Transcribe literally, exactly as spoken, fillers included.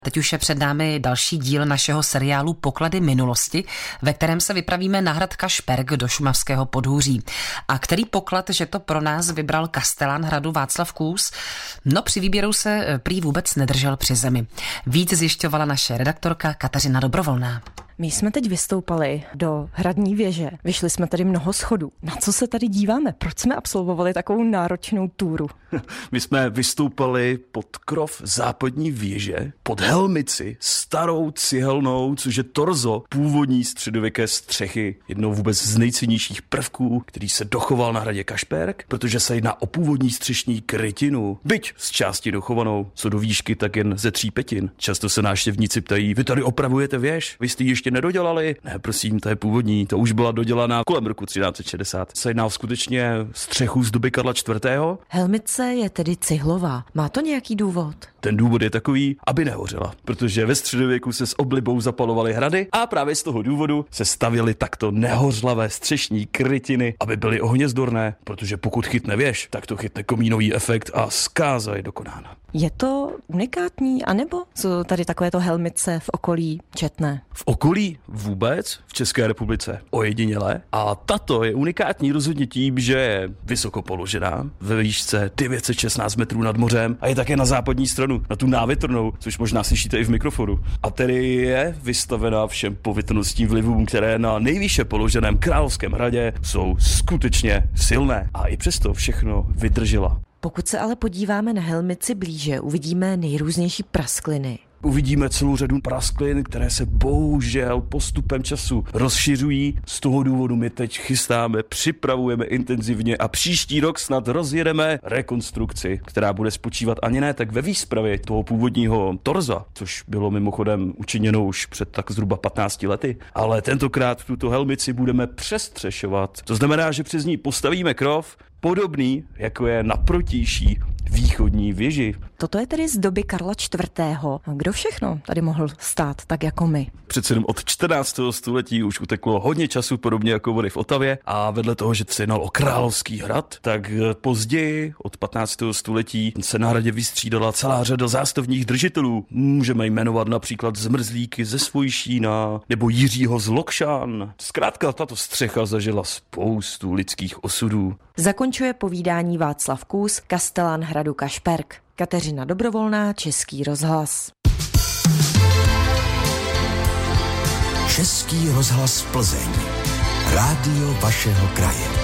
Teď už je před námi další díl našeho seriálu Poklady minulosti, ve kterém se vypravíme na hrad Kašperk do šumavského Podhůří. A který poklad, že to pro nás vybral kastelán hradu Václav Kůs? No, při výběru se prý vůbec nedržel při zemi. Víc zjišťovala naše redaktorka Kateřina Dobrovolná. My jsme teď vystoupali do hradní věže. Vyšli jsme tady mnoho schodů. Na co se tady díváme? Proč jsme absolvovali takovou náročnou túru? My jsme vystoupali pod krov západní věže, pod helmici, starou cihelnou, což je torzo původní středověké střechy, jednou vůbec z nejcennějších prvků, který se dochoval na hradě Kašperk, protože se jedná o původní střešní krytinu, byť z části dochovanou, co do výšky, tak jen ze tří petin. Často se návštěvníci ptají: vy tady opravujete věž? Vy jste ji ještě nedodělali? Ne, prosím, to je původní, to už byla dodělaná kolem roku třináct set šedesát. Se jedná skutečně střechu z doby Karla čtvrtého. Helmice je tedy cihlová. Má to nějaký důvod? Ten důvod je takový, aby nehořela, protože ve středověku se s oblibou zapalovaly hrady a právě z toho důvodu se stavěly takto nehořlavé střešní krytiny, aby byly ohnězdorné, protože pokud chytne věž, tak to chytne komínový efekt a zkáza je dokonána. Je to unikátní, anebo jsou tady takovéto helmice v okolí četné? V okolí vůbec v České republice ojedinělé, a tato je unikátní rozhodně tím, že je vysoko položená, ve výšce devět set šestnáct metrů nad mořem a je také na západní stranu, na tu návětrnou, což možná slyšíte i v mikrofonu. A tedy je vystavená všem povětrnostním vlivům, které na nejvýše položeném Královském hradě jsou skutečně silné, a i přesto všechno vydržela. Pokud se ale podíváme na helmici blíže, uvidíme nejrůznější praskliny. Uvidíme celou řadu prasklin, které se bohužel postupem času rozšiřují. Z toho důvodu my teď chystáme, připravujeme intenzivně a příští rok snad rozjedeme rekonstrukci, která bude spočívat ani ne tak ve výspravě toho původního torza, což bylo mimochodem učiněno už před tak zhruba patnácti lety, ale tentokrát tuto helmici budeme přestřešovat. To znamená, že přes ní postavíme krov, podobný, jako je na protější východní věži. Toto je tedy z doby Karla čtvrtého. Kdo všechno tady mohl stát tak jako my? Přece jenom od čtrnáctého století už uteklo hodně času, podobně jako vody v Otavě, a vedle toho, že se jednal o královský hrad, tak později od patnáctého století se na hradě vystřídala celá řada zástavních držitelů. Můžeme jmenovat například Zmrzlíky ze Svojšína nebo Jiřího z Lokšan. Zkrátka tato střecha zažila spoustu lidských osudů. Zakončuje povídání Václav Kůs, kastelán hradu Kašperk. Kateřina Dobrovolná, Český rozhlas. Český rozhlas Plzeň. Rádio vašeho kraje.